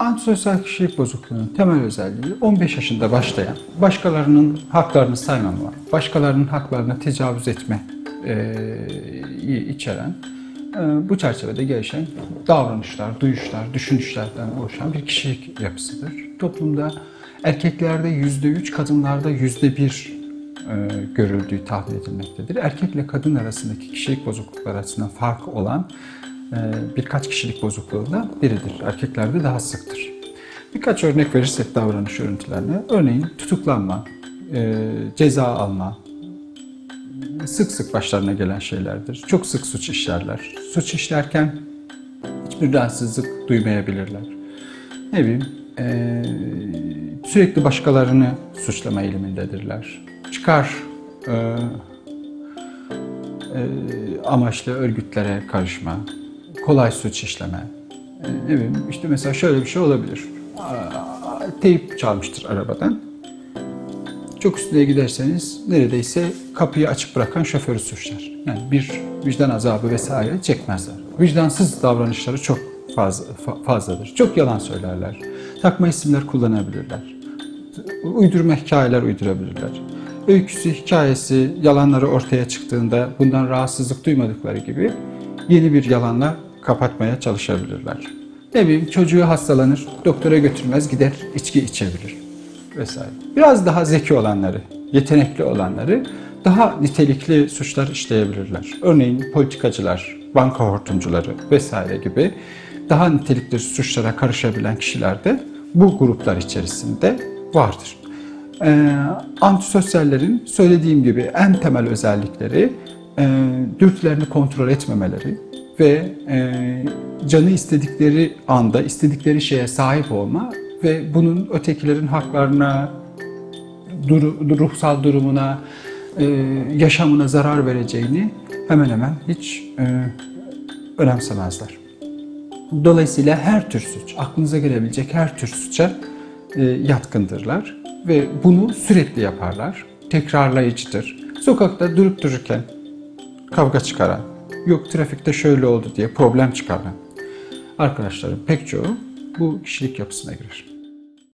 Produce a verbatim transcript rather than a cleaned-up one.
Antisosyal kişilik bozukluğunun temel özelliği on beş yaşında başlayan, başkalarının haklarını saymama, başkalarının haklarına tecavüz etme e, içeren, e, bu çerçevede gelişen davranışlar, duyuşlar, düşünüşlerden oluşan bir kişilik yapısıdır. Toplumda erkeklerde yüzde üç, kadınlarda yüzde bir e, görüldüğü tahmin edilmektedir. Erkekle kadın arasındaki kişilik bozuklukları arasında fark olan birkaç kişilik bozukluğundan biridir. Erkeklerde daha sıktır. Birkaç örnek verirsek davranış örüntülerine, örneğin tutuklanma, ceza alma, sık sık başlarına gelen şeylerdir. Çok sık suç işlerler. Suç işlerken hiçbir rahatsızlık duymayabilirler. Ne bileyim, sürekli başkalarını suçlama eğilimindedirler. Çıkar amaçlı örgütlere karışma, kolay suç işleme. Ne bileyim, işte mesela şöyle bir şey olabilir. Teyip çalmıştır arabadan. Çok üstüne giderseniz neredeyse kapıyı açık bırakan şoförü suçlar. Yani bir vicdan azabı vesaire çekmezler. Vicdansız davranışları çok fazla, fazladır. Çok yalan söylerler. Takma isimler kullanabilirler. Uydurma hikayeler uydurabilirler. Öyküsü, hikayesi, yalanları ortaya çıktığında bundan rahatsızlık duymadıkları gibi yeni bir yalanla kapatmaya çalışabilirler. Ne bileyim, çocuğu hastalanır, doktora götürmez, gider içki içebilir vesaire. Biraz daha zeki olanları, yetenekli olanları daha nitelikli suçlar işleyebilirler. Örneğin politikacılar, banka hortumcuları vesaire gibi daha nitelikli suçlara karışabilen kişiler de bu gruplar içerisinde vardır. Ee, antisosyallerin söylediğim gibi en temel özellikleri e, dürtülerini kontrol etmemeleri ve e, canı istedikleri anda istedikleri şeye sahip olma ve bunun ötekilerin haklarına, dur, ruhsal durumuna, e, yaşamına zarar vereceğini hemen hemen hiç e, önemsemezler. Dolayısıyla her tür suç, aklınıza gelebilecek her tür suça e, yatkındırlar ve bunu sürekli yaparlar. Tekrarlayıcıdır. Sokakta durup dururken kavga çıkaran, yok trafikte şöyle oldu diye problem çıkaran arkadaşların pek çoğu bu kişilik yapısına girer.